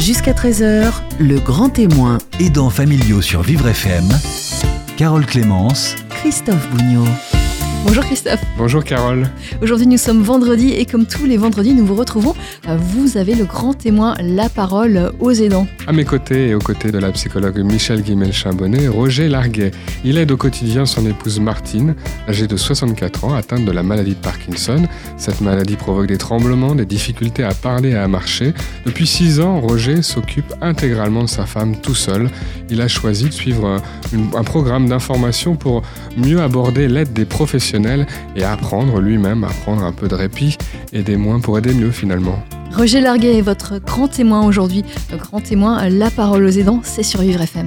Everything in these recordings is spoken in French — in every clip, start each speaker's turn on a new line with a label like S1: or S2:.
S1: Jusqu'à 13h, le grand témoin.
S2: Aidants familiaux sur Vivre FM, Carole Clémence,
S1: Christophe Bougnot. Bonjour Christophe.
S3: Bonjour Carole.
S1: Aujourd'hui nous sommes vendredi et comme tous les vendredis nous vous retrouvons. Vous avez le grand témoin, la parole aux aidants.
S3: À mes côtés et aux côtés de la psychologue Michel Guimel-Chambonnet, Roger Larguet. Il aide au quotidien son épouse Martine, âgée de 64 ans, atteinte de la maladie de Parkinson. Cette maladie provoque des tremblements, des difficultés à parler et à marcher. Depuis 6 ans, Roger s'occupe intégralement de sa femme tout seul. Il a choisi de suivre un programme d'information pour mieux aborder l'aide des professionnels et apprendre lui-même à prendre un peu de répit et des moins pour aider mieux finalement.
S1: Roger Larguet est votre grand témoin aujourd'hui. Le grand témoin, la parole aux aidants, c'est sur Vivre FM.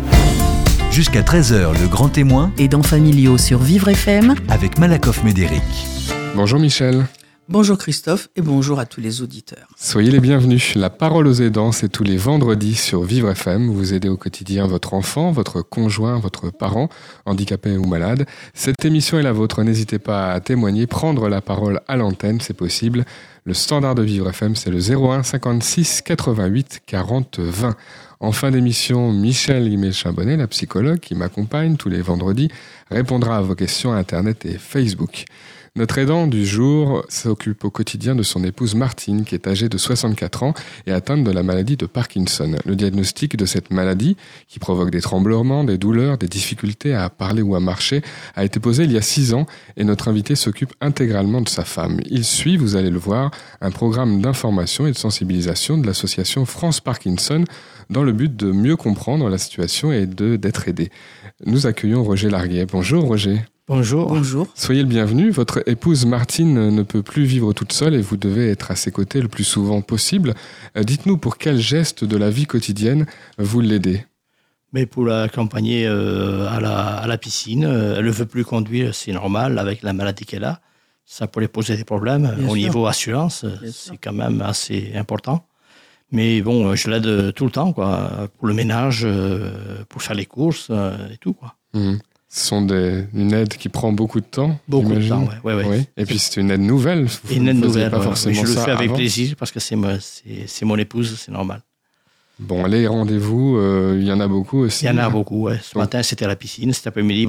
S2: Jusqu'à 13h, le grand témoin,
S1: Aidants familiaux sur Vivre FM
S2: avec Malakoff Médéric.
S3: Bonjour Michel.
S4: Bonjour Christophe et bonjour à tous les auditeurs.
S3: Soyez les bienvenus. La parole aux aidants, c'est tous les vendredis sur Vivre FM. Vous aidez au quotidien votre enfant, votre conjoint, votre parent, handicapé ou malade. Cette émission est la vôtre. N'hésitez pas à témoigner, prendre la parole à l'antenne, c'est possible. Le standard de Vivre FM, c'est le 01 56 88 40 20. En fin d'émission, Michel Guimel-Chambonnet, la psychologue qui m'accompagne tous les vendredis, répondra à vos questions à Internet et Facebook. Notre aidant du jour s'occupe au quotidien de son épouse Martine, qui est âgée de 64 ans et atteinte de la maladie de Parkinson. Le diagnostic de cette maladie, qui provoque des tremblements, des douleurs, des difficultés à parler ou à marcher, a été posé il y a 6 ans et notre invité s'occupe intégralement de sa femme. Il suit, vous allez le voir, un programme d'information et de sensibilisation de l'association France Parkinson dans le but de mieux comprendre la situation et d'être aidé. Nous accueillons Roger Larguet. Bonjour Roger.
S4: Bonjour. Bonjour.
S3: Soyez le bienvenu. Votre épouse Martine ne peut plus vivre toute seule et vous devez être à ses côtés le plus souvent possible. Dites-nous pour quel geste de la vie quotidienne vous l'aidez.
S4: Mais pour l'accompagner à la piscine, elle ne veut plus conduire, c'est normal avec la maladie qu'elle a. Ça pourrait poser des problèmes au niveau assurance, c'est quand même assez important. Mais bon, je l'aide tout le temps, quoi, pour le ménage, pour faire les courses et tout, quoi.
S3: Mmh. Ce sont une aide qui prend beaucoup de temps.
S4: Beaucoup de temps, oui.
S3: Et puis c'est une aide nouvelle.
S4: Une aide nouvelle,
S3: pas forcément
S4: je le
S3: ça
S4: fais avec
S3: avant.
S4: plaisir parce que c'est mon épouse, c'est normal.
S3: Bon, les rendez-vous, il y en a beaucoup aussi.
S4: Il y en a beaucoup, oui. Ce matin, c'était à la piscine. Cet après-midi,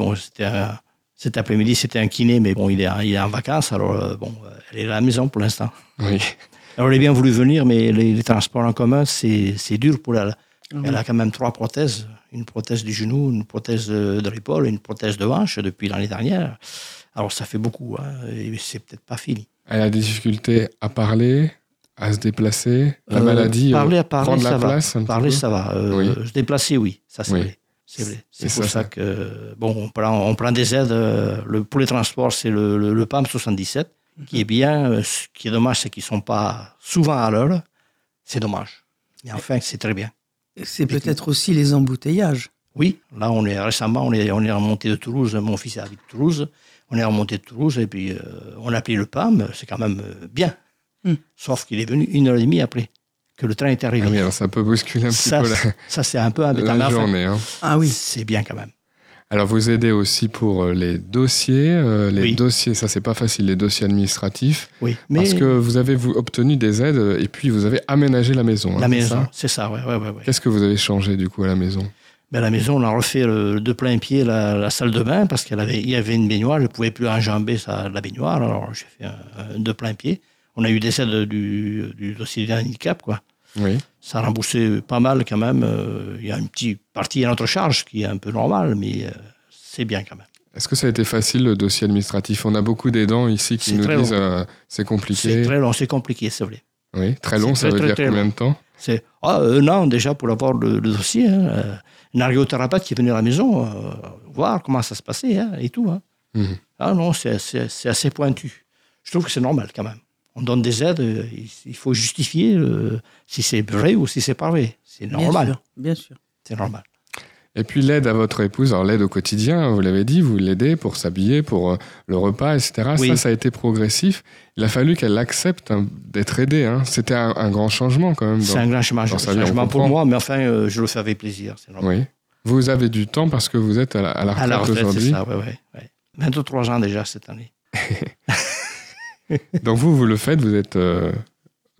S4: c'était un kiné, mais bon, il est en vacances, alors elle est à la maison pour l'instant.
S3: Oui.
S4: Alors, elle a bien voulu venir, mais les transports en commun, c'est dur pour elle. Elle a quand même 3 prothèses. Une prothèse du genou, une prothèse de l'épaule, une prothèse de hanche depuis l'année dernière. Alors, ça fait beaucoup, hein, et c'est peut-être pas fini.
S3: Elle a des difficultés à parler, à se déplacer. La maladie, prendre la place un
S4: parler,
S3: petit peu.
S4: ça va.
S3: Oui.
S4: Se déplacer, oui, ça c'est
S3: Oui.
S4: vrai. C'est vrai. C'est
S3: Et
S4: pour ça que, bon, on prend des aides. Pour les transports, c'est le PAM 77, qui est bien. Ce qui est dommage, c'est qu'ils ne sont pas souvent à l'heure. C'est dommage. Mais enfin, c'est très bien.
S5: C'est peut-être aussi les embouteillages.
S4: Oui, là, récemment, on est remonté de Toulouse. Mon fils habite Toulouse. On est remonté de Toulouse et puis on a appelé le PAM. C'est quand même bien. Sauf qu'il est venu 1h30 après que le train est arrivé.
S3: Ah oui, alors ça peut bousculer un petit peu
S4: ça, c'est un peu embêtant.
S3: la journée. Hein.
S5: Ah oui.
S4: C'est bien quand même.
S3: Alors, vous aidez aussi pour les dossiers. Les dossiers, ça, c'est pas facile, les dossiers administratifs.
S4: Oui, mais
S3: Parce que vous avez obtenu des aides et puis vous avez aménagé la maison.
S4: La maison,
S3: ça
S4: c'est ça, ouais.
S3: Qu'est-ce que vous avez changé, du coup, à la maison ?
S4: La maison, on a refait de plein pied la salle de bain parce il y avait une baignoire. Je ne pouvais plus enjamber la baignoire, alors j'ai fait de plein pied. On a eu des aides du dossier de handicap, quoi.
S3: Oui.
S4: Ça a remboursé pas mal quand même. Il y a une petite partie à notre charge qui est un peu normale, mais c'est bien quand même.
S3: Est-ce que ça a été facile, le dossier administratif ? On a beaucoup d'aidants ici qui nous disent c'est compliqué.
S4: C'est très long, c'est compliqué, c'est vrai.
S3: Oui, très long, ça veut dire combien de temps ?
S4: C'est un an déjà pour avoir le dossier. Hein. Un ergothérapeute qui est venu à la maison voir comment ça se passait et tout. Hein.
S3: Mmh.
S4: Ah non, c'est assez pointu. Je trouve que c'est normal quand même. On donne des aides, il faut justifier si c'est vrai ou si c'est pas vrai. C'est normal.
S5: Bien sûr.
S4: C'est normal.
S3: Et puis l'aide à votre épouse, alors l'aide au quotidien, vous l'avez dit, vous l'aidez pour s'habiller, pour le repas, etc.
S4: Oui.
S3: Ça a été progressif. Il a fallu qu'elle accepte d'être aidée. Hein. C'était un grand changement quand même.
S4: C'est un grand changement pour moi, mais enfin, je le fais avec plaisir. C'est normal.
S3: Oui. Vous avez du temps parce que vous êtes à la retraite aujourd'hui.
S4: C'est ça, oui. 23 ans déjà cette année.
S3: Donc vous le faites, vous êtes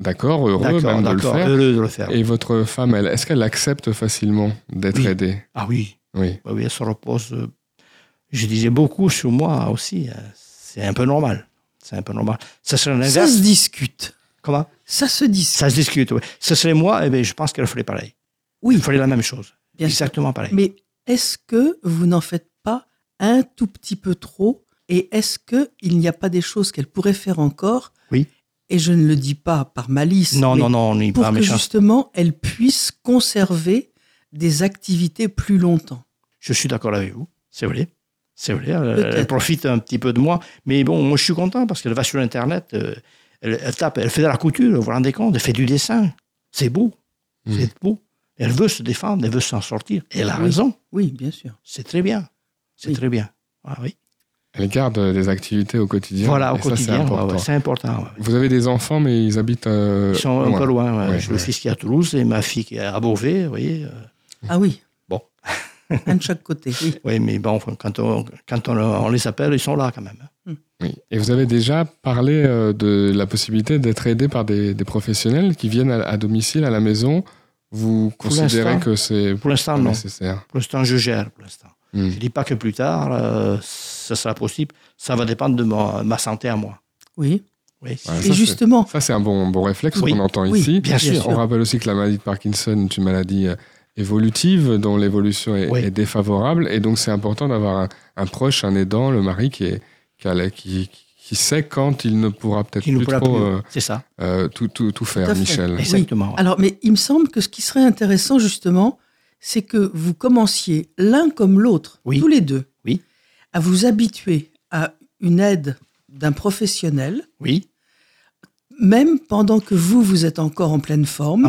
S3: d'accord, heureux même de le faire.
S4: Heureux de le faire.
S3: Et votre femme, est-ce qu'elle accepte facilement d'être aidée?
S4: Ah oui.
S3: Oui.
S4: Oui, elle se repose. Je disais beaucoup sur moi aussi. C'est un peu normal. C'est un peu normal. Ça serait un
S5: Ça se discute.
S4: Comment?
S5: Ça se discute.
S4: Ça se discute, oui. Ce serait moi, je pense qu'elle ferait pareil.
S5: Oui.
S4: Elle ferait la même chose.
S5: Bien
S4: Exactement
S5: sûr.
S4: pareil.
S5: Mais est-ce que vous n'en faites pas un tout petit peu trop? Et est-ce qu'il n'y a pas des choses qu'elle pourrait faire encore?
S4: Oui.
S5: Et je ne le dis pas par malice.
S4: Non,
S5: mais
S4: on n'est
S5: pour
S4: pas
S5: que
S4: méchant.
S5: justement, elle puisse conserver des activités plus longtemps.
S4: Je suis d'accord avec vous. C'est vrai. C'est vrai. Elle profite un petit peu de moi. Mais bon, moi, je suis content parce qu'elle va sur Internet. Elle tape. Elle fait de la couture. Vous vous rendez compte? Elle fait du dessin. C'est beau. C'est beau. Elle veut se défendre. Elle veut s'en sortir. Et elle a raison.
S5: Oui, bien sûr.
S4: C'est très bien. C'est très bien. Ah, oui.
S3: Elle garde des activités au quotidien.
S4: Voilà, au
S3: et ça,
S4: quotidien.
S3: c'est important.
S4: C'est important.
S3: Vous avez des enfants, mais ils habitent
S4: Ils sont un peu loin.
S3: Ouais,
S4: J'ai le fils qui est à Toulouse et ma fille qui est à Beauvais. Vous voyez.
S5: Ah oui.
S4: Bon.
S5: Un de chaque côté, oui.
S4: Oui, mais bon, quand on les appelle, ils sont là quand même.
S3: Oui. Et vous avez déjà parlé de la possibilité d'être aidé par des professionnels qui viennent à domicile, à la maison. Vous considérez que c'est
S4: pour l'instant, non.
S3: nécessaire?
S4: Pour l'instant, je gère. Pour l'instant. Je ne dis pas que plus tard, ça sera possible. Ça va dépendre de ma santé à moi.
S5: Oui.
S4: Oui.
S3: Ouais,
S5: Et justement...
S3: Ça, c'est un bon réflexe
S4: Oui.
S3: qu'on entend
S5: Oui,
S3: ici.
S4: bien sûr.
S3: On rappelle aussi que la maladie de Parkinson est une maladie évolutive dont l'évolution est défavorable. Et donc, c'est important d'avoir un proche, un aidant, le mari, qui sait quand il ne pourra peut-être plus trop
S4: c'est ça.
S3: tout faire, Michel.
S4: Exactement.
S5: Oui. Alors, mais il me semble que ce qui serait intéressant, justement, c'est que vous commenciez l'un comme l'autre, tous les deux, à vous habituer à une aide d'un professionnel, même pendant que vous êtes encore en pleine forme,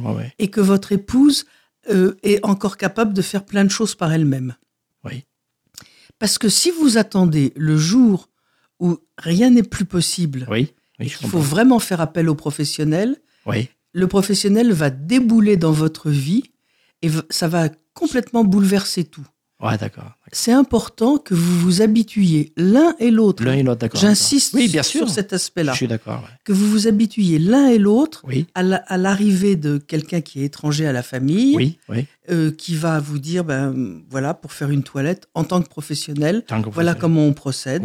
S5: et que votre épouse est encore capable de faire plein de choses par elle-même.
S4: Oui.
S5: Parce que si vous attendez le jour où rien n'est plus possible, il faut vraiment faire appel au professionnel, le professionnel va débouler dans votre vie et ça va complètement bouleverser tout.
S4: Ouais, d'accord.
S5: C'est important que vous vous habituiez l'un et l'autre.
S4: D'accord.
S5: J'insiste
S4: bien sûr.
S5: sur cet aspect-là.
S4: Je suis d'accord. Ouais.
S5: Que vous vous habituiez l'un et l'autre à l'arrivée de quelqu'un qui est étranger à la famille, qui va vous dire, voilà, pour faire une toilette, en tant que professionnel, voilà comment on procède.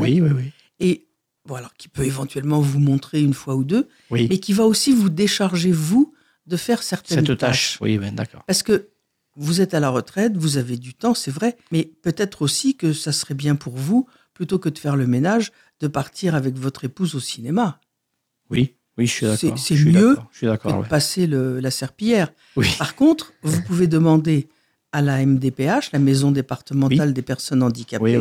S5: Et voilà, qui peut éventuellement vous montrer une fois ou deux, mais qui va aussi vous décharger, vous, de faire certaines tâches.
S4: Oui, d'accord.
S5: Parce que vous êtes à la retraite, vous avez du temps, c'est vrai, mais peut-être aussi que ça serait bien pour vous, plutôt que de faire le ménage, de partir avec votre épouse au cinéma.
S4: Oui, je suis d'accord.
S5: C'est mieux que de passer la serpillière. Par contre, vous pouvez demander à la MDPH, la Maison départementale des personnes handicapées,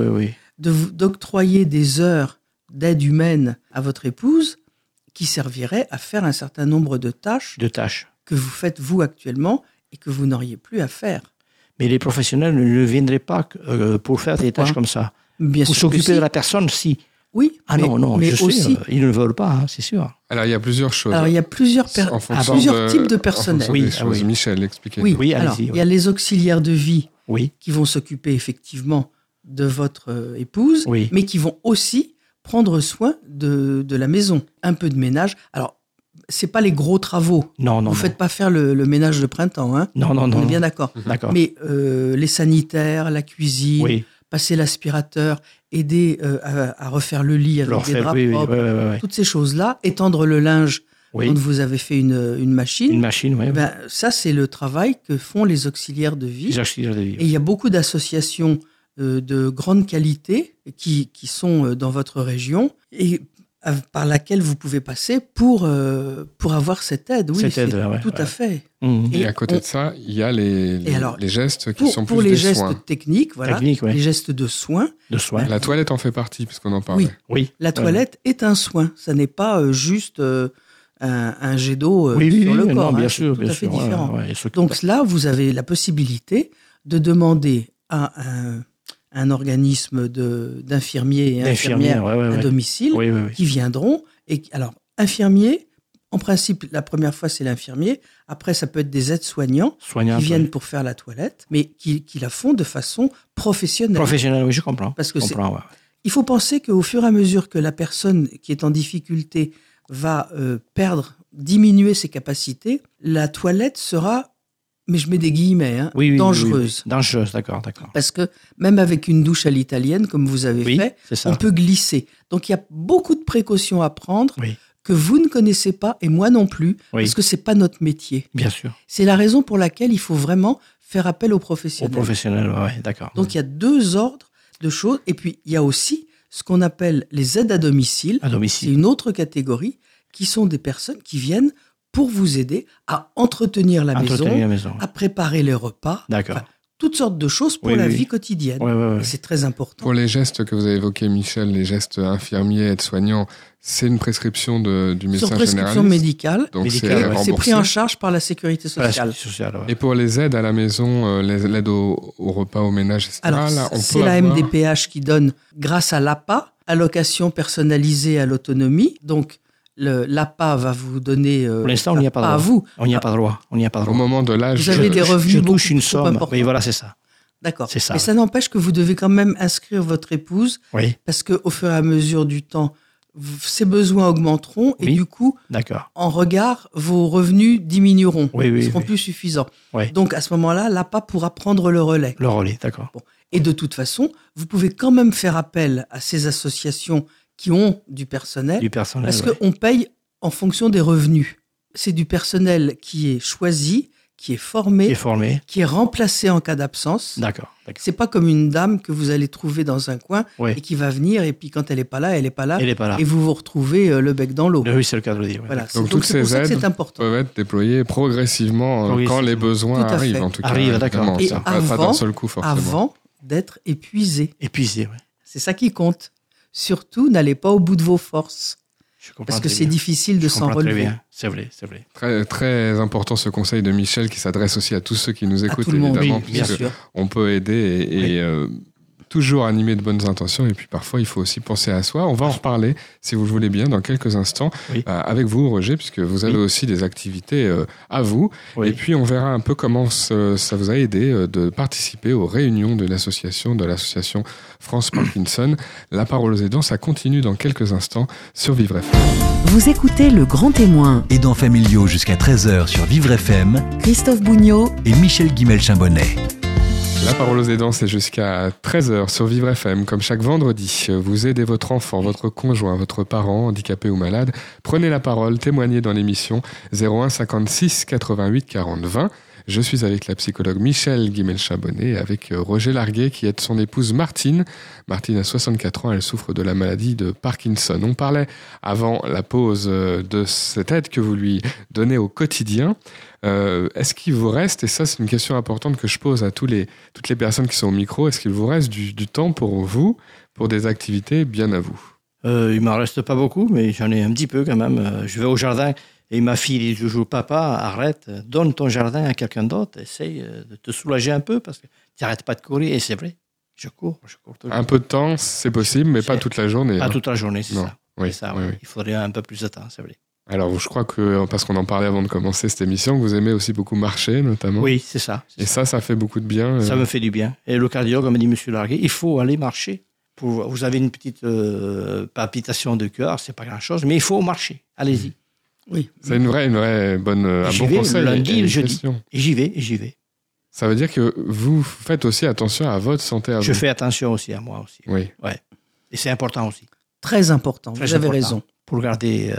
S5: d'octroyer des heures d'aide humaine à votre épouse qui serviraient à faire un certain nombre de tâches que vous faites vous actuellement et que vous n'auriez plus à faire.
S4: Mais les professionnels ne viendraient pas pour faire des tâches comme ça.
S5: Bien
S4: pour s'occuper de la personne, si.
S5: Oui,
S4: mais je
S5: aussi,
S4: sais, ils ne le veulent pas, c'est sûr.
S3: Alors, il y a plusieurs choses.
S5: Alors, il y a plusieurs types de personnel.
S3: Michel, expliquez.
S5: Oui, alors, il y a les auxiliaires de vie qui vont s'occuper effectivement de votre épouse, mais qui vont aussi prendre soin de la maison. Un peu de ménage. Alors, c'est pas les gros travaux. Vous faites pas faire le ménage de printemps, hein.
S4: Non.
S5: On est bien d'accord. Mais les sanitaires, la cuisine, passer l'aspirateur, aider à refaire le lit avec des draps propres, toutes ces choses-là, étendre le linge quand vous avez fait une machine.
S4: Une machine,
S5: ça, c'est le travail que font les auxiliaires de vie. Et il y a beaucoup d'associations de grande qualité qui sont dans votre région et par laquelle vous pouvez passer pour avoir cette aide. Oui, tout à fait.
S3: Et à côté de ça, il y a les gestes qui sont plus
S5: pour les
S3: des
S5: gestes
S3: soins.
S5: Techniques, voilà, les gestes de soins.
S3: La toilette en fait partie, puisqu'on en parlait.
S5: Oui. La toilette est un soin. Ça n'est pas juste un jet d'eau sur le corps.
S4: Bien sûr,
S5: tout à fait différent. Donc là, vous avez la possibilité de demander à un organisme d'infirmiers et infirmières à domicile qui viendront. Et alors, infirmiers, en principe, la première fois, c'est l'infirmier. Après, ça peut être des aides-soignants qui viennent pour faire la toilette, mais qui la font de façon professionnelle.
S4: Professionnelle, oui, je comprends.
S5: Parce que il faut penser qu'au fur et à mesure que la personne qui est en difficulté va perdre diminuer ses capacités, la toilette sera, mais je mets des guillemets, dangereuse.
S4: Oui. Dangereuse, d'accord.
S5: Parce que même avec une douche à l'italienne, comme vous avez fait, on peut glisser. Donc il y a beaucoup de précautions à prendre que vous ne connaissez pas, et moi non plus, parce que c'est pas notre métier.
S4: Bien sûr.
S5: C'est la raison pour laquelle il faut vraiment faire appel aux professionnels.
S4: Aux professionnels, oui, d'accord.
S5: Donc il y a 2 ordres de choses, et puis il y a aussi ce qu'on appelle les aides à domicile. C'est une autre catégorie, qui sont des personnes qui viennent pour vous aider à entretenir la maison, à préparer les repas, toutes sortes de choses pour la vie quotidienne. Et c'est très important.
S3: Pour les gestes que vous avez évoqués, Michel, les gestes infirmiers, aides-soignants, c'est une prescription du médecin généraliste.
S5: Sur prescription médicale,
S3: donc
S5: c'est pris en charge par la sécurité sociale.
S3: Et pour les aides à la maison, l'aide au repas, au ménage, etc.
S5: Alors, c'est la MDPH qui donne, grâce à l'APA, allocation personnalisée à l'autonomie. Donc, l'APA va vous donner...
S4: Pour l'instant, on n'y a pas droit.
S5: À vous.
S4: On n'y a pas droit.
S3: Au moment de l'âge...
S5: Vous avez des revenus
S4: je touche une somme. Oui, voilà, c'est ça.
S5: D'accord. Mais ça n'empêche que vous devez quand même inscrire votre épouse.
S4: Oui.
S5: Parce qu'au fur et à mesure du temps, ses besoins augmenteront et du coup, en regard, vos revenus diminueront. Ils seront plus suffisants. Donc, à ce moment-là, l'APA pourra prendre le relais.
S4: Le relais, d'accord.
S5: Bon. Et de toute façon, vous pouvez quand même faire appel à ces associations qui ont du personnel parce qu'on paye en fonction des revenus. C'est du personnel qui est choisi, qui est formé, qui est remplacé en cas d'absence.
S4: D'accord.
S5: C'est pas comme une dame que vous allez trouver dans un coin et qui va venir et puis quand elle est pas là, elle est pas là. Et vous vous retrouvez le bec dans l'eau.
S4: Oui, c'est le cas de le dire.
S5: Voilà.
S3: Donc toutes ces aides peuvent être déployées progressivement quand les besoins arrivent, en tout cas.
S4: D'accord.
S5: Et
S3: pas d'un seul coup, forcément.
S5: Avant d'être épuisé.
S4: Épuisé, oui.
S5: C'est ça qui compte. Surtout, n'allez pas au bout de vos forces. Parce que c'est difficile de s'en relever.
S4: Très bien. C'est vrai.
S3: Très, très important ce conseil de Michel qui s'adresse aussi à tous ceux qui nous écoutent, évidemment.
S5: Bien sûr.
S3: On peut aider et toujours animer de bonnes intentions. Et puis parfois, il faut aussi penser à soi. On va en reparler, si vous le voulez bien, dans quelques instants, avec vous, Roger, puisque vous avez aussi des activités à vous. Et puis, on verra un peu comment ça vous a aidé de participer aux réunions de l'association France Parkinson. La parole aux aidants, ça continue dans quelques instants sur Vivre FM.
S2: Vous écoutez Le Grand Témoin. Aidants familiaux jusqu'à 13h sur Vivre FM.
S1: Christophe Bougnot
S2: et Michel Guimel-Chambonnet.
S3: La parole aux aidants, c'est jusqu'à 13h sur Vivre FM. Comme chaque vendredi, vous aidez votre enfant, votre conjoint, votre parent, handicapé ou malade. Prenez la parole, témoignez dans l'émission 01 56 88 40 20. Je suis avec la psychologue Michel Guimel-Chambonnet et avec Roger Larguet qui aide son épouse Martine. Martine a 64 ans, elle souffre de la maladie de Parkinson. On parlait avant la pause de cette aide que vous lui donnez au quotidien. Est-ce qu'il vous reste, et ça c'est une question importante que je pose à toutes les personnes qui sont au micro, est-ce qu'il vous reste du temps pour vous, pour des activités bien à vous?
S4: Il ne m'en reste pas beaucoup, mais j'en ai un petit peu quand même. Je vais au jardin et ma fille dit toujours, papa, arrête, donne ton jardin à quelqu'un d'autre, essaye de te soulager un peu parce que tu n'arrêtes pas de courir. Et c'est vrai, je cours toujours.
S3: Un peu de temps, c'est possible, mais pas toute la journée.
S4: Pas toute la journée, c'est ça.
S3: Oui,
S4: c'est ça,
S3: oui.
S4: Il faudrait un peu plus de temps, c'est vrai.
S3: Alors, je crois que, parce qu'on en parlait avant de commencer cette émission, vous aimez aussi beaucoup marcher, notamment.
S4: Oui, c'est ça.
S3: Et ça fait beaucoup de bien.
S4: Ça me fait du bien. Et le cardiologue m'a dit, monsieur Larguet, il faut aller marcher. Vous avez une petite palpitation de cœur, c'est pas grand-chose, mais il faut marcher. Allez-y.
S5: Oui.
S3: C'est une vraie bonne, un bon conseil.
S4: Le lundi, le jeudi. Et j'y vais.
S3: Ça veut dire que vous faites aussi attention à votre santé à vous.
S4: Je fais attention aussi à moi aussi.
S3: Oui.
S4: Ouais. Et c'est important aussi.
S5: Très important. Vous avez raison.
S4: Pour garder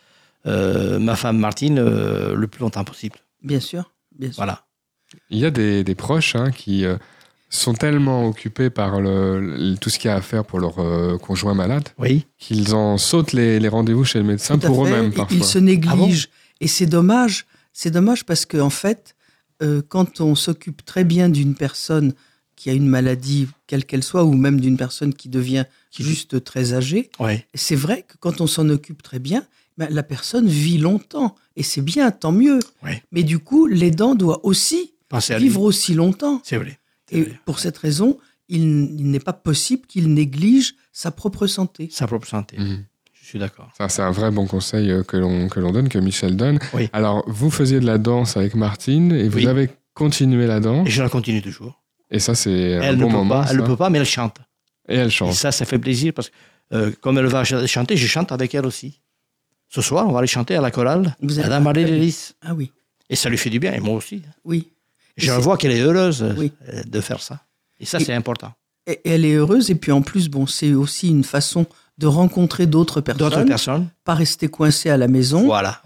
S4: ma femme Martine le plus longtemps possible.
S5: Bien sûr.
S4: Voilà.
S3: Il y a des proches qui sont tellement occupés par tout ce qu'il y a à faire pour leur conjoint malade qu'ils en sautent les rendez-vous chez le médecin pour eux-mêmes parfois.
S5: Ils se négligent. Et c'est dommage. C'est dommage parce qu'en fait, quand on s'occupe très bien d'une personne qui a une maladie, quelle qu'elle soit, ou même d'une personne qui devient juste très âgée, c'est vrai que quand on s'en occupe très bien, la personne vit longtemps. Et c'est bien, tant mieux. Mais du coup, l'aidant doit aussi vivre aussi longtemps.
S4: C'est vrai.
S5: Et pour cette raison, il n'est pas possible qu'il néglige sa propre santé.
S4: Je suis d'accord.
S3: Ça, c'est un vrai bon conseil que l'on donne, que Michel donne.
S4: Oui.
S3: Alors, vous faisiez de la danse avec Martine et vous avez continué la danse.
S4: Et je la continue toujours.
S3: Et ça, c'est un bon moment.
S4: Elle ne peut pas, mais elle chante.
S3: Et elle chante.
S4: Et ça fait plaisir parce que comme elle va chanter, je chante avec elle aussi. Ce soir, on va aller chanter à la chorale. Madame Marie-Lélis.
S5: Ah oui.
S4: Et ça lui fait du bien, et moi aussi.
S5: Oui.
S4: Je vois qu'elle est heureuse de faire ça. Et ça, c'est important.
S5: Et elle est heureuse, et puis en plus, c'est aussi une façon de rencontrer d'autres personnes. Pas rester coincé à la maison.
S4: Voilà.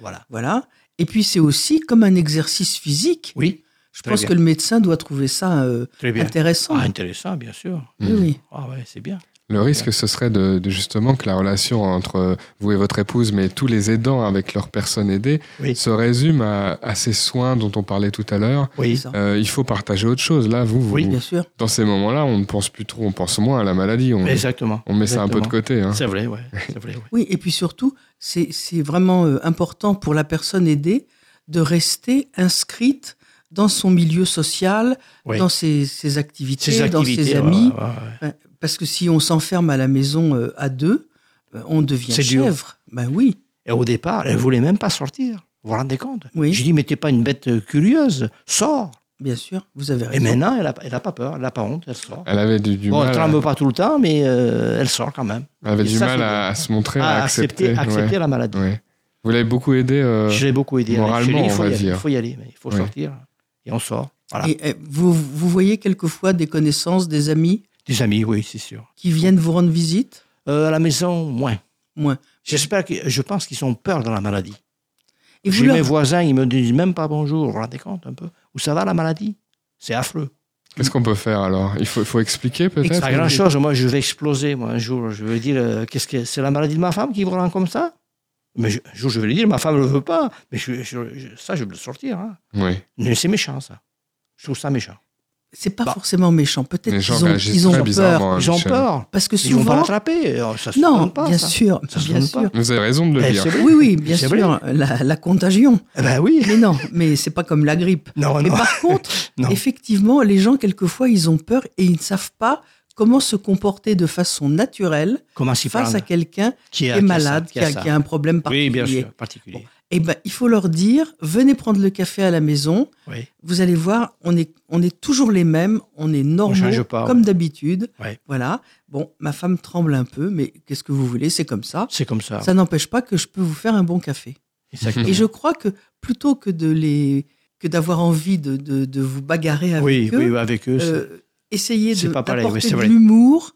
S5: Et puis, c'est aussi comme un exercice physique.
S4: Oui.
S5: Je pense que le médecin doit trouver ça intéressant.
S4: Intéressant, bien sûr.
S5: Oui.
S4: Ah ouais, c'est bien.
S3: Le risque, ce serait de justement que la relation entre vous et votre épouse, mais tous les aidants avec leur personne aidée, se résume à ces soins dont on parlait tout à l'heure.
S5: Oui.
S3: Il faut partager autre chose. Là, vous
S5: bien sûr.
S3: Dans ces moments-là, on ne pense plus trop, on pense moins à la maladie.
S4: Exactement.
S3: On met ça un peu de côté. Hein.
S4: C'est vrai, oui.
S5: Oui, et puis surtout, c'est vraiment important pour la personne aidée de rester inscrite dans son milieu social, dans ses activités, dans ses amis. Parce que si on s'enferme à la maison à deux, on devient chèvre. Ben oui.
S4: Et au départ, elle ne voulait même pas sortir. Vous vous rendez compte?
S5: Oui.
S4: Je dis, mais t'es pas une bête curieuse, sors.
S5: Bien sûr, vous avez raison.
S4: Et maintenant, elle n'a pas peur, elle n'a pas honte, elle sort.
S3: Elle avait du mal.
S4: Elle ne tremble pas tout le temps, mais elle sort quand même.
S3: Elle avait du mal à se montrer, à accepter
S4: la maladie.
S3: Ouais. Vous l'avez beaucoup aidé
S4: Je l'ai beaucoup aidé.
S3: Moralement, on va dire.
S4: Il faut y aller, mais il faut sortir. Et on sort. Voilà.
S5: Et vous voyez quelquefois des connaissances, des amis?
S4: Des amis, oui, c'est sûr.
S5: Qui viennent vous rendre visite?
S4: À la maison, moins.
S5: Moins.
S4: Je pense qu'ils ont peur de la maladie.
S5: Et
S4: mes voisins, ils me disent même pas bonjour. Vous vous rendez compte un peu? Où ça va la maladie? C'est affreux.
S3: Qu'est-ce qu'on peut faire alors? Il faut expliquer peut-être?
S4: Pas grand-chose. Moi, je vais exploser. Moi, un jour, je vais dire, c'est la maladie de ma femme qui vous rend comme ça? Mais un jour, je vais lui dire, ma femme ne le veut pas. Mais ça, je vais le sortir. Hein.
S3: Oui.
S4: Mais c'est méchant, ça. Je trouve ça méchant.
S5: C'est pas forcément méchant. Peut-être
S3: qu'ils ont peur.
S4: Ils ont peur.
S5: Parce que souvent...
S4: Ils vont pas l'attraper. Ça se
S5: non,
S4: pas,
S5: bien
S4: ça.
S5: sûr.
S4: Ça se
S5: bien sûr.
S4: pas.
S3: Vous avez raison de le dire.
S5: Oui, bien sûr. La contagion.
S4: Ben oui.
S5: Mais non, mais c'est pas comme la grippe.
S4: Non.
S5: Par contre, effectivement, les gens, quelquefois, ils ont peur et ils ne savent pas comment se comporter de façon naturelle face à quelqu'un qui est malade, qui a un problème particulier.
S4: Oui, bien sûr, particulier.
S5: Bon. Eh ben, il faut leur dire, venez prendre le café à la maison.
S4: Oui.
S5: Vous allez voir, on est toujours les mêmes, on est normaux, comme d'habitude.
S4: Oui.
S5: Voilà. Bon, ma femme tremble un peu, mais qu'est-ce que vous voulez, c'est comme ça.
S4: C'est comme ça.
S5: Ça n'empêche pas que je peux vous faire un bon café.
S4: Exactement.
S5: Et je crois que plutôt que d'avoir envie de vous bagarrer avec eux,
S4: oui, avec eux,
S5: essayez d'apporter de l'humour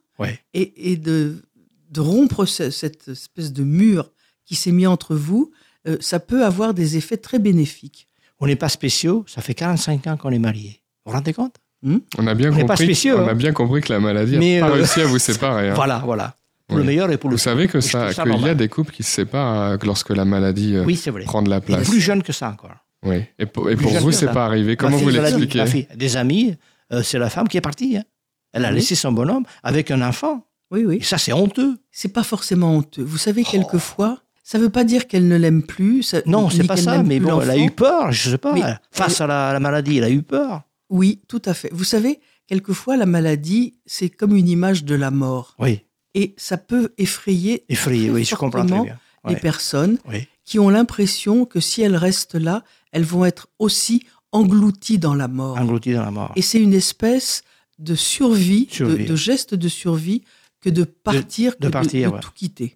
S5: et de rompre cette espèce de mur qui s'est mis entre vous. Ça peut avoir des effets très bénéfiques.
S4: On n'est pas spéciaux, ça fait 45 ans qu'on est mariés. Vous vous rendez compte?
S3: On a bien compris que la maladie n'a pas réussi à vous séparer. Hein.
S4: Voilà. Pour le meilleur et pour le pire.
S3: Vous savez qu'il y a des couples qui se séparent lorsque la maladie prend de la place.
S4: Et plus jeune que ça encore.
S3: Oui. Et pour vous, c'est pas arrivé. Comment vous l'expliquez?
S4: Des amis, c'est la femme qui est partie. Hein. Elle a laissé son bonhomme avec un enfant.
S5: Oui.
S4: Et ça, c'est honteux.
S5: C'est pas forcément honteux. Vous savez, quelquefois... Ça ne veut pas dire qu'elle ne l'aime plus.
S4: Non, c'est pas ça, mais bon, elle a eu peur, je ne sais pas. Face à la maladie, elle a eu peur.
S5: Oui, tout à fait. Vous savez, quelquefois, la maladie, c'est comme une image de la mort.
S4: Oui.
S5: Et ça peut effrayer
S4: oui, je comprends très bien.
S5: Les personnes qui ont l'impression que si elles restent là, elles vont être aussi englouties dans la mort. Et c'est une espèce de survie. De geste de survie que de partir, de tout quitter.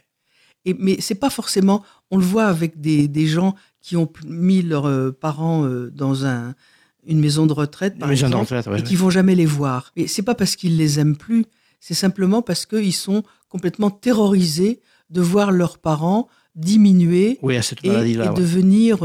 S5: Mais c'est pas forcément, on le voit avec des gens qui ont mis leurs parents dans une maison de retraite, par exemple, et qui vont jamais les voir. Mais c'est pas parce qu'ils les aiment plus, c'est simplement parce qu'ils sont complètement terrorisés de voir leurs parents diminuer et devenir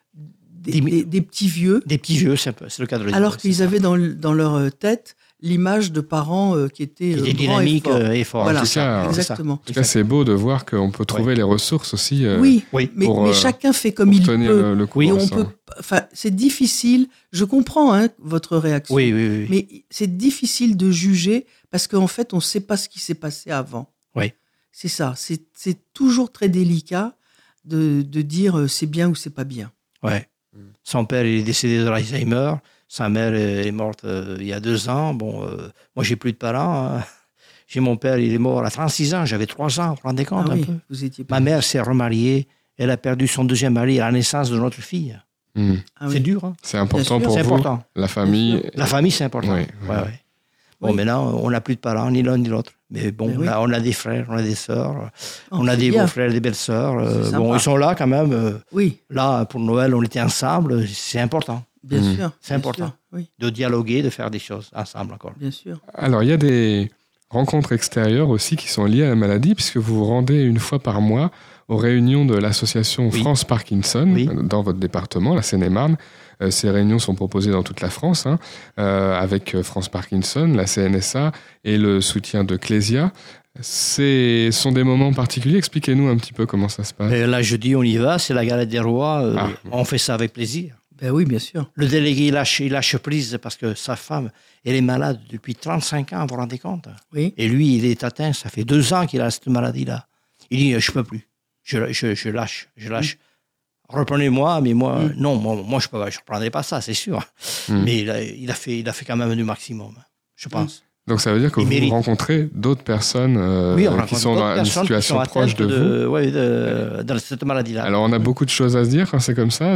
S5: des petits vieux.
S4: Des petits vieux, c'est le cas de le dire.
S5: Alors qu'ils avaient dans leur tête l'image de parents qui étaient
S4: dynamiques et forts.
S5: Voilà,
S3: ça,
S5: exactement.
S3: En tout cas, c'est beau de voir qu'on peut trouver les ressources aussi.
S5: Mais chacun fait comme il peut.
S3: Le coup,
S5: c'est difficile. Je comprends votre réaction.
S4: Oui.
S5: Mais c'est difficile de juger parce qu'en fait, on ne sait pas ce qui s'est passé avant.
S4: Oui.
S5: C'est ça. C'est toujours très délicat de dire c'est bien ou c'est pas bien.
S4: Ouais. Son père il est décédé de l'Alzheimer. Sa mère est morte il y a 2 ans. Bon, moi, j'ai plus de parents. Hein. J'ai mon père, il est mort à 36 ans. J'avais 3 ans, vous vous rendez compte un peu?
S5: Vous étiez
S4: Ma mère s'est remariée. Elle a perdu son 2e mari à la naissance de notre fille. C'est dur. Hein.
S3: C'est important pour vous. La famille.
S4: La famille, c'est important.
S3: Oui.
S4: Bon, maintenant, on n'a plus de parents, ni l'un ni l'autre. Mais bon, on a des frères, on a des sœurs, on a des beaux-frères, des belles-sœurs. Bon, ils sont là quand même. Là, pour Noël, on était ensemble. C'est important.
S5: Bien sûr.
S4: C'est important de dialoguer, de faire des choses ensemble encore.
S5: Bien sûr.
S3: Alors, il y a des rencontres extérieures aussi qui sont liées à la maladie, puisque vous vous rendez une fois par mois aux réunions de l'association France Parkinson dans votre département, la Seine-et-Marne. Ces réunions sont proposées dans toute la France, avec France Parkinson, la CNSA et le soutien de Clésia. Ce sont des moments particuliers. Expliquez-nous un petit peu comment ça se passe.
S4: Là, jeudi, on y va. C'est la galette des rois. On fait ça avec plaisir.
S5: Ben oui, bien sûr.
S4: Le délégué, il lâche prise parce que sa femme, elle est malade depuis 35 ans, vous vous rendez compte?
S5: Oui.
S4: Et lui, il est atteint. Ça fait 2 ans qu'il a cette maladie-là. Il dit, je ne peux plus. Je lâche. Reprenez-moi, mais moi, non, moi je ne reprendrai pas ça, c'est sûr. Mais il a fait quand même du maximum, je pense.
S3: Donc ça veut dire que vous rencontrez d'autres personnes qui sont dans une situation proche de vous.
S4: Oui, dans cette maladie-là.
S3: Alors on a beaucoup de choses à se dire quand c'est comme ça.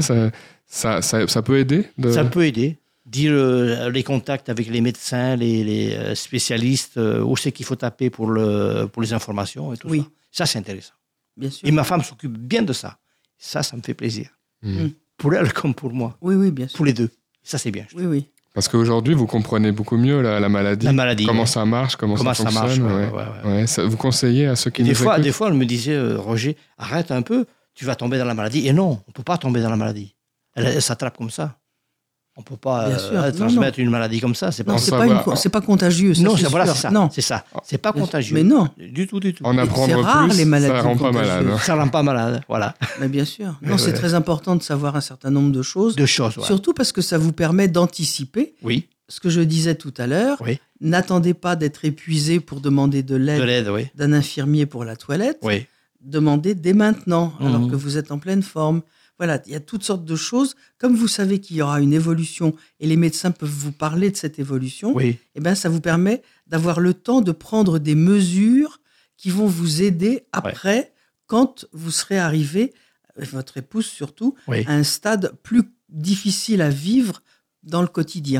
S3: Ça peut aider
S4: Ça peut aider. Dire les contacts avec les médecins, les spécialistes, où c'est qu'il faut taper pour les informations et tout ça. Ça, c'est intéressant.
S5: Bien sûr.
S4: Et ma femme s'occupe bien de ça. Ça me fait plaisir. Pour elle comme pour moi.
S5: Oui, bien sûr.
S4: Pour les deux. Ça, c'est bien.
S5: Oui.
S3: Parce qu'aujourd'hui, vous comprenez beaucoup mieux la maladie.
S4: La maladie.
S3: Comment ça marche, comment ça fonctionne. Ça, vous conseillez à ceux qui nous écoutent.
S4: Des fois, elle me disait, Roger, arrête un peu, tu vas tomber dans la maladie. Et non, on ne peut pas tomber dans la maladie. Elle s'attrape comme ça. On ne peut pas transmettre une maladie comme ça. C'est pas
S5: contagieux. Ça,
S4: non,
S5: c'est
S4: ça.
S5: Non.
S4: C'est ça. C'est pas contagieux.
S5: Mais non.
S4: Du tout.
S3: En apprendre
S5: rare,
S3: plus,
S5: les maladies
S3: ça rend pas malade.
S4: Ça rend pas malade, voilà.
S5: Mais bien sûr. Non, c'est très important de savoir un certain nombre de choses. Surtout parce que ça vous permet d'anticiper.
S4: Oui.
S5: Ce que je disais tout à l'heure.
S4: Oui.
S5: N'attendez pas d'être épuisé pour demander de l'aide d'un infirmier pour la toilette.
S4: Oui.
S5: Demandez dès maintenant, alors que vous êtes en pleine forme. Voilà, il y a toutes sortes de choses. Comme vous savez qu'il y aura une évolution et les médecins peuvent vous parler de cette évolution, ça vous permet d'avoir le temps de prendre des mesures qui vont vous aider après, quand vous serez arrivé, votre épouse surtout, à un stade plus difficile à vivre dans le quotidien.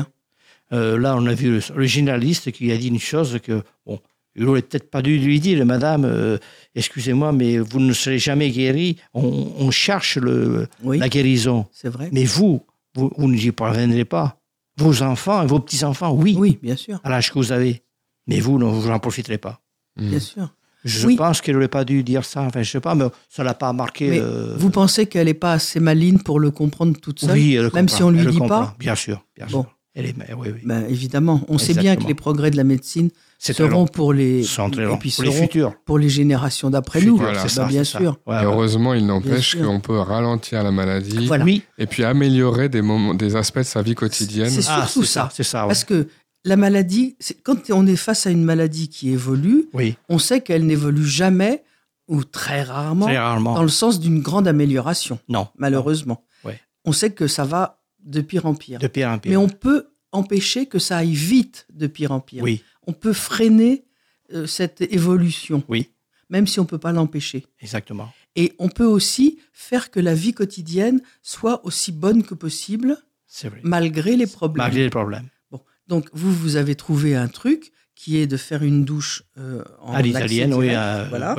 S4: Là, on a vu le généraliste qui a dit une chose que... il n'aurait peut-être pas dû lui dire, madame, excusez-moi, mais vous ne serez jamais guérie. On cherche la guérison.
S5: C'est vrai.
S4: Mais vous n'y parviendrez pas. Vos enfants et vos petits-enfants,
S5: oui, bien sûr.
S4: À l'âge que vous avez. Mais vous n'en profiterez pas.
S5: Bien sûr.
S4: Je pense qu'elle n'aurait pas dû dire ça. Enfin, je ne sais pas, mais ça ne l'a pas marqué.
S5: Mais vous pensez qu'elle n'est pas assez maligne pour le comprendre toute seule?
S4: Oui, elle le
S5: même
S4: comprend,
S5: si on ne lui dit
S4: comprend.
S5: pas.
S4: Bien sûr.
S5: Bon.
S4: Oui.
S5: Ben, évidemment, on sait bien que les progrès de la médecine seront pour les
S4: futurs,
S5: pour les générations d'après nous.
S3: Voilà.
S5: Bien sûr.
S3: Et heureusement, il n'empêche qu'on peut ralentir la maladie.
S5: Voilà.
S3: Et puis améliorer des aspects de sa vie quotidienne.
S5: C'est surtout ça.
S4: C'est ça.
S5: Parce que la maladie, quand on est face à une maladie qui évolue, on sait qu'elle n'évolue jamais ou très rarement dans le sens d'une grande amélioration.
S4: Non.
S5: Malheureusement.
S4: Non.
S5: On sait que ça va de pire en pire.
S4: De pire en pire.
S5: Mais on peut empêcher que ça aille vite de pire en pire.
S4: Oui.
S5: On peut freiner cette évolution.
S4: Oui.
S5: Même si on ne peut pas l'empêcher.
S4: Exactement.
S5: Et on peut aussi faire que la vie quotidienne soit aussi bonne que possible,
S4: c'est vrai.
S5: Malgré les problèmes.
S4: Malgré les problèmes.
S5: Bon. Donc, vous avez trouvé un truc qui est de faire une douche
S4: à l'italienne,
S5: voilà.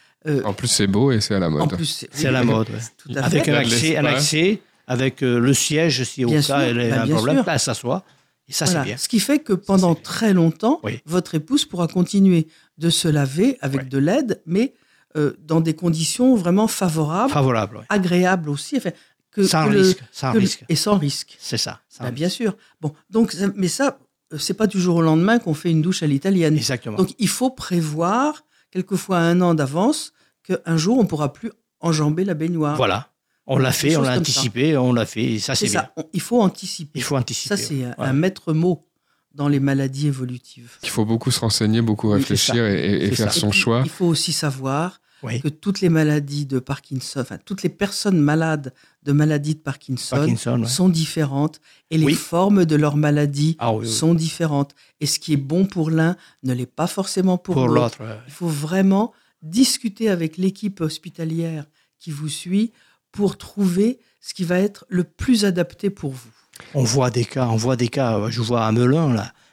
S3: En plus, c'est beau et c'est à la mode.
S5: En plus,
S4: c'est à la mode.
S5: Tout à fait.
S4: Avec un accès. Avec le siège, si au cas elle a un problème, là, elle s'assoit. Et ça, c'est bien.
S5: Ce qui fait que pendant très longtemps, votre épouse pourra continuer de se laver avec de l'aide, mais dans des conditions vraiment favorables. Agréables aussi. Enfin,
S4: sans risque.
S5: Et sans risque.
S4: C'est ça.
S5: Bien sûr. Bon, donc, mais ça, c'est pas du jour au lendemain qu'on fait une douche à l'italienne.
S4: Exactement.
S5: Donc, il faut prévoir, quelquefois 1 an d'avance, qu'un jour, on ne pourra plus enjamber la baignoire.
S4: Voilà. On l'a fait, on l'a anticipé, on l'a fait, ça c'est bien.
S5: Il faut anticiper. Ça c'est un maître mot dans les maladies évolutives.
S3: Il faut beaucoup se renseigner, beaucoup réfléchir et faire son choix.
S5: Il faut aussi savoir que toutes les maladies de Parkinson, enfin toutes les personnes malades de maladies de Parkinson sont différentes et les formes de leur maladie sont différentes. Et ce qui est bon pour l'un ne l'est pas forcément pour l'autre. Il faut vraiment discuter avec l'équipe hospitalière qui vous suit pour trouver ce qui va être le plus adapté pour vous.
S4: On voit des cas. Je vois à Melun, là,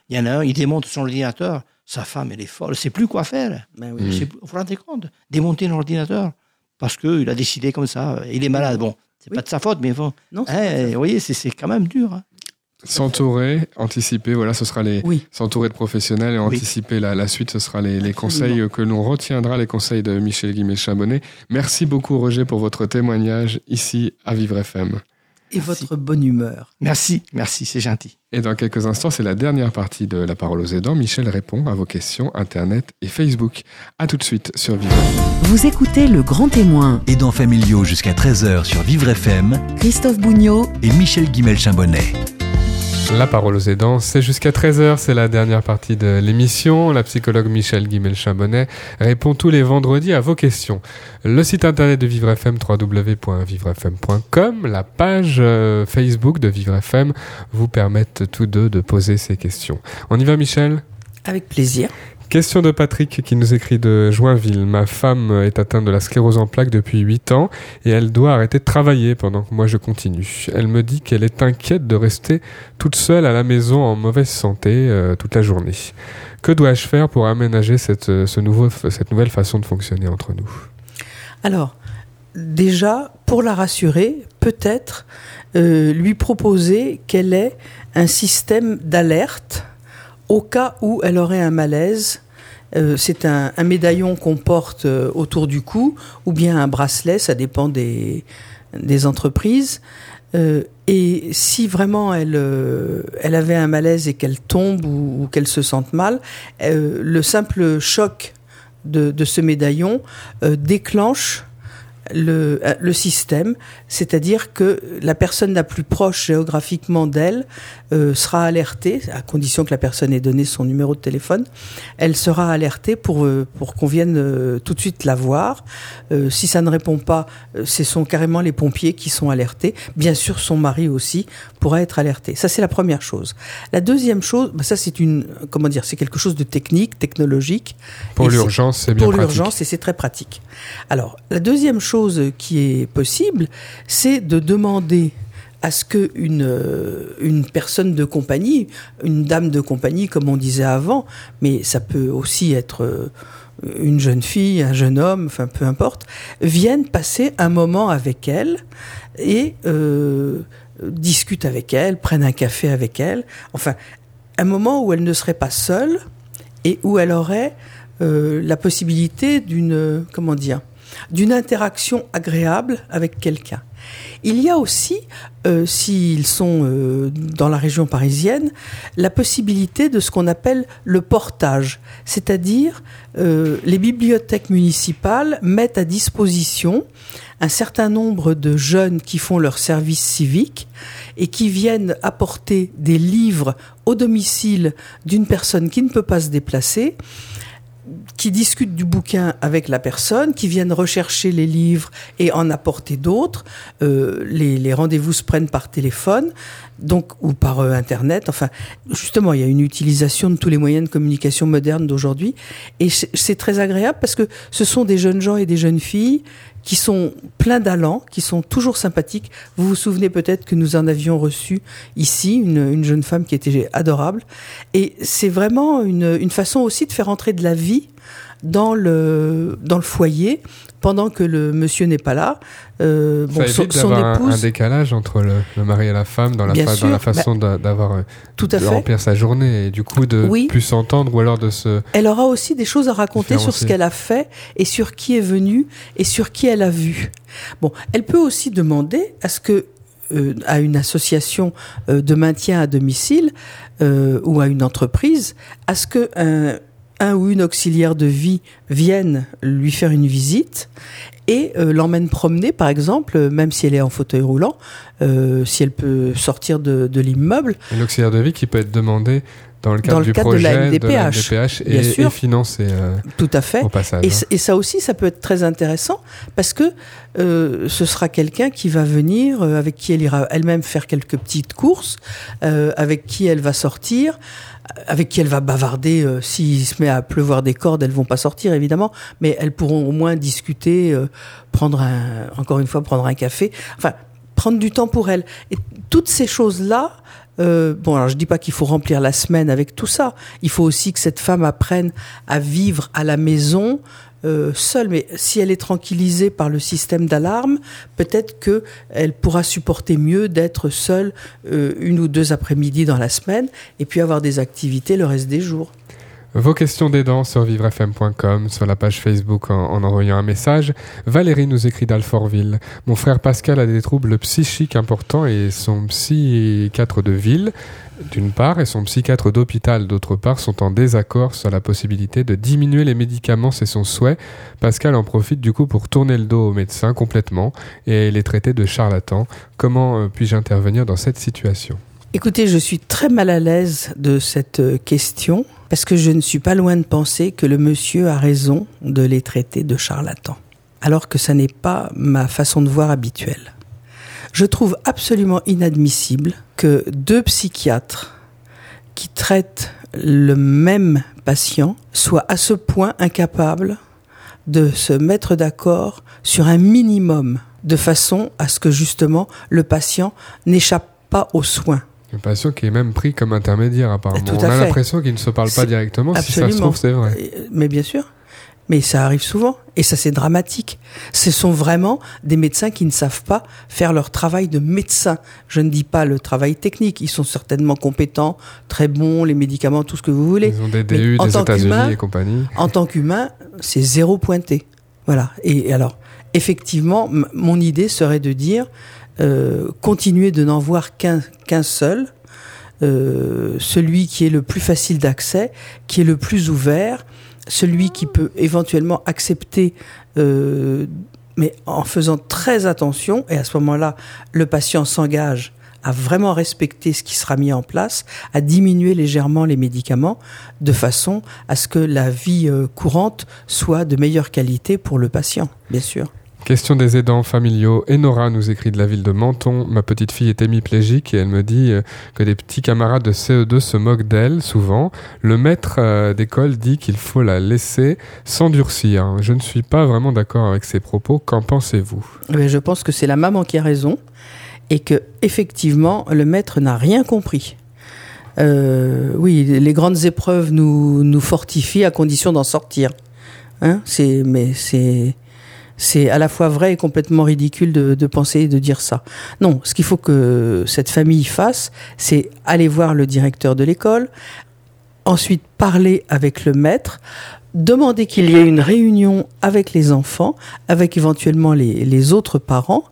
S4: Il y en a un, il démonte son ordinateur. Sa femme, elle est folle. Elle ne sait plus quoi faire. Ben oui. Vous vous rendez compte? Démonter un ordinateur. Parce qu'il a décidé comme ça. Il est malade. Bon, c'est pas de sa faute, mais bon. Non, vous voyez, c'est quand même dur. Hein.
S3: S'entourer, anticiper, voilà, ce sera s'entourer de professionnels et anticiper la suite, ce sera les conseils que l'on retiendra, les conseils de Michel Guimel-Chambonnet. Merci beaucoup, Roger, pour votre témoignage ici à Vivre FM.
S5: Et votre bonne humeur.
S4: Merci, c'est gentil.
S3: Et dans quelques instants, c'est la dernière partie de La Parole aux aidants. Michel répond à vos questions Internet et Facebook. À tout de suite sur Vivre FM.
S2: Vous écoutez Le Grand Témoin. Aidants familiaux jusqu'à 13h sur Vivre FM.
S1: Christophe Bougnot
S2: et Michel Guimel-Chambonnet.
S3: La Parole aux aidants, c'est jusqu'à 13h, c'est la dernière partie de l'émission. La psychologue Michel Guimel-Chambonnet répond tous les vendredis à vos questions. Le site internet de Vivre FM, www.vivrefm.com, la page Facebook de Vivre FM vous permettent tous deux de poser ces questions. On y va, Michel ?
S5: Avec plaisir.
S3: Question de Patrick qui nous écrit de Joinville. Ma femme est atteinte de la sclérose en plaques depuis 8 ans et elle doit arrêter de travailler pendant que moi je continue. Elle me dit qu'elle est inquiète de rester toute seule à la maison en mauvaise santé toute la journée. Que dois-je faire pour aménager cette nouvelle façon de fonctionner entre nous ?
S5: Alors, déjà, pour la rassurer, peut-être lui proposer qu'elle ait un système d'alerte au cas où elle aurait un malaise. C'est un médaillon qu'on porte autour du cou ou bien un bracelet, ça dépend des entreprises. Et si vraiment elle avait un malaise et qu'elle tombe ou qu'elle se sente mal, le simple choc de ce médaillon déclenche le système, c'est-à-dire que la personne la plus proche géographiquement d'elle sera alertée, à condition que la personne ait donné son numéro de téléphone, elle sera alertée pour qu'on vienne tout de suite la voir. Si ça ne répond pas, ce sont carrément les pompiers qui sont alertés. Bien sûr, son mari aussi pourra être alerté. Ça, c'est la première chose. La deuxième chose, ça c'est c'est quelque chose de technologique.
S3: Pour l'urgence, c'est bien pratique.
S5: Pour l'urgence, et c'est très pratique. Alors, la deuxième chose qui est possible, c'est de demander à ce que une personne de compagnie, une dame de compagnie, comme on disait avant, mais ça peut aussi être une jeune fille, un jeune homme, enfin peu importe, vienne passer un moment avec elle et discute avec elle, prenne un café avec elle, enfin un moment où elle ne serait pas seule et où elle aurait la possibilité d'une interaction agréable avec quelqu'un. Il y a aussi, s'ils sont dans la région parisienne, la possibilité de ce qu'on appelle le portage, c'est-à-dire les bibliothèques municipales mettent à disposition un certain nombre de jeunes qui font leur service civique et qui viennent apporter des livres au domicile d'une personne qui ne peut pas se déplacer, qui discutent du bouquin avec la personne, qui viennent rechercher les livres et en apporter d'autres. Les rendez-vous se prennent par téléphone, donc ou par Internet. Enfin, justement, il y a une utilisation de tous les moyens de communication modernes d'aujourd'hui. Et c'est très agréable parce que ce sont des jeunes gens et des jeunes filles qui sont pleins d'allant, qui sont toujours sympathiques. Vous vous souvenez peut-être que nous en avions reçu ici une jeune femme qui était adorable. Et c'est vraiment une façon aussi de faire entrer de la vie dans le foyer pendant que le monsieur n'est pas là.
S3: Ça évite d'avoir un décalage entre le mari et la femme dans la façon d'avoir de remplir sa journée et du coup de plus s'entendre ou alors de se...
S5: Elle aura aussi des choses à raconter sur ce qu'elle a fait et sur qui est venu et sur qui elle a vu. Bon, elle peut aussi demander à ce que à une association de maintien à domicile ou à une entreprise, à ce que un ou une auxiliaire de vie vienne lui faire une visite et l'emmène promener, par exemple, même si elle est en fauteuil roulant, si elle peut sortir de l'immeuble.
S3: L'auxiliaire de vie qui peut être demandé dans le cadre du projet
S5: de la MDPH
S3: et financé
S5: tout à fait.
S3: Au passage.
S5: Et ça aussi, ça peut être très intéressant parce que ce sera quelqu'un qui va venir, avec qui elle ira elle-même faire quelques petites courses, avec qui elle va sortir, avec qui elle va bavarder. S'il se met à pleuvoir des cordes, elles vont pas sortir évidemment, mais elles pourront au moins discuter, prendre un café, enfin prendre du temps pour elles. Et toutes ces choses-là alors je dis pas qu'il faut remplir la semaine avec tout ça. Il faut aussi que cette femme apprenne à vivre à la maison seule. Mais si elle est tranquillisée par le système d'alarme, peut-être que elle pourra supporter mieux d'être seule 1 ou 2 après-midi dans la semaine et puis avoir des activités le reste des jours.
S3: Vos questions d'aidants sur vivrefm.com, sur la page Facebook en envoyant un message. Valérie nous écrit d'Alfortville. Mon frère Pascal a des troubles psychiques importants et son psychiatre de ville, d'une part, et son psychiatre d'hôpital, d'autre part, sont en désaccord sur la possibilité de diminuer les médicaments, c'est son souhait. Pascal en profite du coup pour tourner le dos aux médecins complètement et les traiter de charlatans. Comment puis-je intervenir dans cette situation ?
S5: Écoutez, je suis très mal à l'aise de cette question parce que je ne suis pas loin de penser que le monsieur a raison de les traiter de charlatans, alors que ça n'est pas ma façon de voir habituelle. Je trouve absolument inadmissible que 2 psychiatres qui traitent le même patient soient à ce point incapables de se mettre d'accord sur un minimum de façon à ce que justement le patient n'échappe pas aux soins.
S3: Le patient qui est même pris comme intermédiaire apparemment. On a l'impression qu'ils ne se parlent pas directement.
S5: Absolument.
S3: Si ça se trouve, c'est vrai.
S5: Mais bien sûr. Mais ça arrive souvent. Et ça, c'est dramatique. Ce sont vraiment des médecins qui ne savent pas faire leur travail de médecin. Je ne dis pas le travail technique. Ils sont certainement compétents, très bons, les médicaments, tout ce que vous voulez.
S3: Ils ont des DU des États-Unis et compagnie.
S5: En tant qu'humain, c'est 0 pointé. Voilà. Et alors, effectivement, mon idée serait de dire... continuer de n'en voir qu'un seul, celui qui est le plus facile d'accès, qui est le plus ouvert, celui qui peut éventuellement accepter, mais en faisant très attention, et à ce moment-là, le patient s'engage à vraiment respecter ce qui sera mis en place, à diminuer légèrement les médicaments, de façon à ce que la vie courante soit de meilleure qualité pour le patient, bien sûr.
S3: Question des aidants familiaux. Enora nous écrit de la ville de Menton. Ma petite fille est hémiplégique et elle me dit que des petits camarades de CE2 se moquent d'elle souvent. Le maître d'école dit qu'il faut la laisser s'endurcir. Je ne suis pas vraiment d'accord avec ces propos. Qu'en pensez-vous ?
S5: Je pense que c'est la maman qui a raison et que effectivement le maître n'a rien compris. Oui, les grandes épreuves nous fortifient à condition d'en sortir. C'est à la fois vrai et complètement ridicule de penser et de dire ça. Non, ce qu'il faut que cette famille fasse, c'est aller voir le directeur de l'école, ensuite parler avec le maître, demander qu'il y ait une réunion avec les enfants, avec éventuellement les autres parents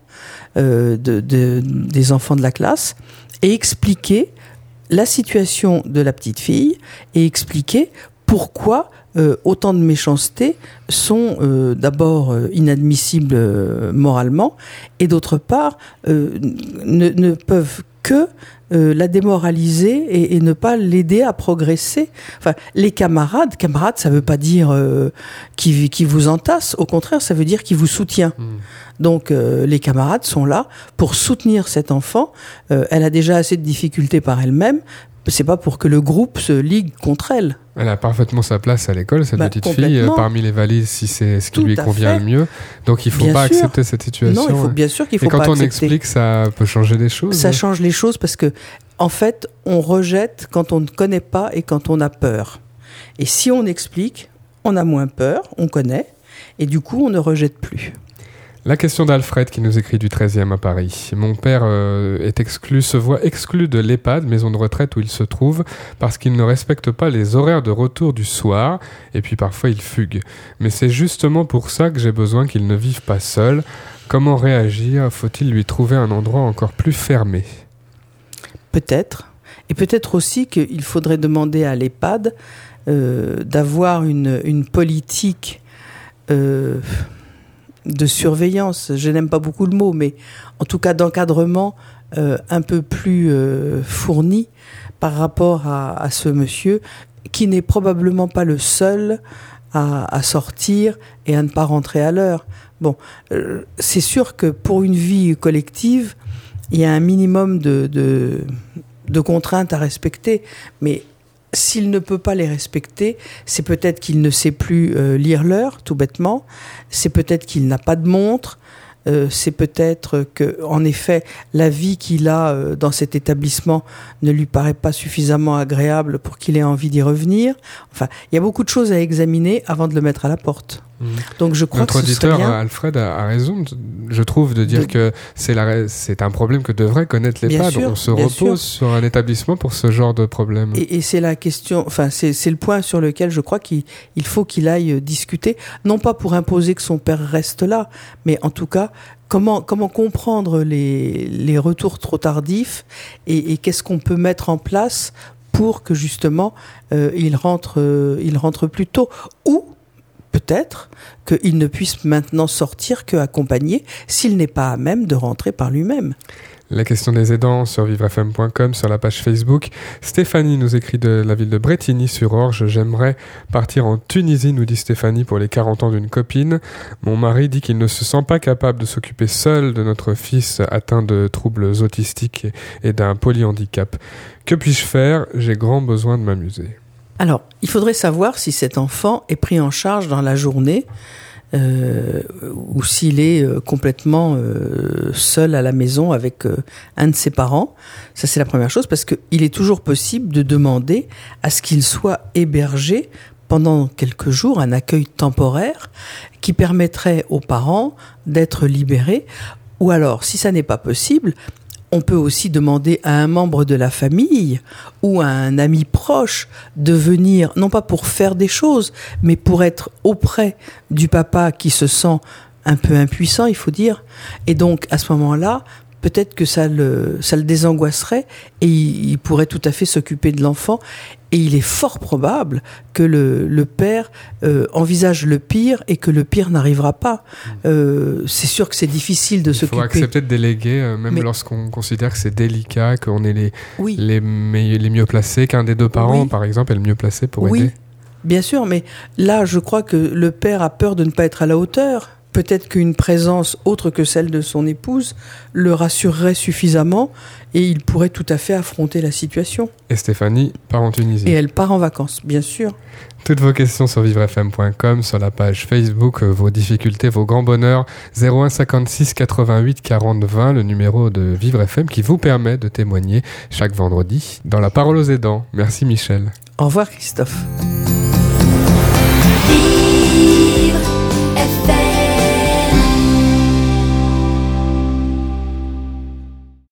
S5: des enfants de la classe, et expliquer la situation de la petite fille et expliquer pourquoi autant de méchanceté sont d'abord inadmissibles moralement et d'autre part ne peuvent que la démoraliser et ne pas l'aider à progresser. Enfin, les camarades, ça veut pas dire qui vous entasse, au contraire, ça veut dire qui vous soutient. Donc les camarades sont là pour soutenir cet enfant. Elle a déjà assez de difficultés par elle-même. C'est pas pour que le groupe se ligue contre elle.
S3: Elle a parfaitement sa place à l'école, cette petite fille, parmi les valises, si c'est ce qui lui convient le mieux. Donc il ne faut pas accepter cette situation.
S5: Non, il faut bien sûr qu'il faut pas accepter.
S3: Et quand on explique, ça peut changer les choses.
S5: Ça change les choses parce que, en fait, on rejette quand on ne connaît pas et quand on a peur. Et si on explique, on a moins peur, on connaît, et du coup, on ne rejette plus.
S3: La question d'Alfred qui nous écrit du 13e à Paris. Mon père se voit exclu de l'EHPAD, maison de retraite où il se trouve, parce qu'il ne respecte pas les horaires de retour du soir, et puis parfois il fugue. Mais c'est justement pour ça que j'ai besoin qu'il ne vive pas seul. Comment réagir ? Faut-il lui trouver un endroit encore plus fermé ?
S5: Peut-être. Et peut-être aussi qu'il faudrait demander à l'EHPAD d'avoir une politique... de surveillance, je n'aime pas beaucoup le mot, mais en tout cas d'encadrement un peu plus fourni par rapport à ce monsieur qui n'est probablement pas le seul à sortir et à ne pas rentrer à l'heure. Bon, c'est sûr que pour une vie collective, il y a un minimum de contraintes à respecter, mais s'il ne peut pas les respecter, c'est peut-être qu'il ne sait plus lire l'heure, tout bêtement. C'est peut-être qu'il n'a pas de montre. c'est peut-être que, en effet, la vie qu'il a dans cet établissement ne lui paraît pas suffisamment agréable pour qu'il ait envie d'y revenir. Enfin, il y a beaucoup de choses à examiner avant de le mettre à la porte. Donc je crois
S3: notre
S5: que ce serait bien.
S3: Notre auditeur Alfred a raison, je trouve, de dire que c'est un problème que devrait connaître l'EHPAD. On se repose sur un établissement pour ce genre de problème.
S5: Et c'est la question, enfin c'est le point sur lequel je crois qu'il faut qu'il aille discuter, non pas pour imposer que son père reste là, mais en tout cas comment comprendre les retours trop tardifs et qu'est-ce qu'on peut mettre en place pour que justement il rentre plus tôt, ou peut-être qu'il ne puisse maintenant sortir qu'accompagné s'il n'est pas à même de rentrer par lui-même.
S3: La question des aidants sur vivrefm.com, sur la page Facebook. Stéphanie nous écrit de la ville de Brétigny-sur-Orge. J'aimerais partir en Tunisie, nous dit Stéphanie, pour les 40 ans d'une copine. Mon mari dit qu'il ne se sent pas capable de s'occuper seul de notre fils atteint de troubles autistiques et d'un polyhandicap. Que puis-je faire ? J'ai grand besoin de m'amuser.
S5: Alors, il faudrait savoir si cet enfant est pris en charge dans la journée ou s'il est complètement seul à la maison avec un de ses parents. Ça, c'est la première chose, parce qu'il est toujours possible de demander à ce qu'il soit hébergé pendant quelques jours, un accueil temporaire qui permettrait aux parents d'être libérés. Ou alors, si ça n'est pas possible, on peut aussi demander à un membre de la famille ou à un ami proche de venir, non pas pour faire des choses, mais pour être auprès du papa qui se sent un peu impuissant, il faut dire. Et donc, à ce moment-là, peut-être que ça le désangoisserait et il pourrait tout à fait s'occuper de l'enfant. Et il est fort probable que le père envisage le pire et que le pire n'arrivera pas. C'est sûr que c'est difficile de s'occuper.
S3: Il faut accepter de déléguer, mais lorsqu'on considère que c'est délicat, qu'on est les mieux placés, qu'un des deux parents, par exemple, est le mieux placé pour aider.
S5: Bien sûr, mais là, je crois que le père a peur de ne pas être à la hauteur. Peut-être qu'une présence autre que celle de son épouse le rassurerait suffisamment et il pourrait tout à fait affronter la situation.
S3: Et Stéphanie part en Tunisie.
S5: Et elle part en vacances, bien sûr.
S3: Toutes vos questions sur vivrefm.com, sur la page Facebook, vos difficultés, vos grands bonheurs, 01 56 88 40 20, le numéro de Vivre FM qui vous permet de témoigner chaque vendredi dans La Parole aux aidants. Merci Michel.
S5: Au revoir Christophe.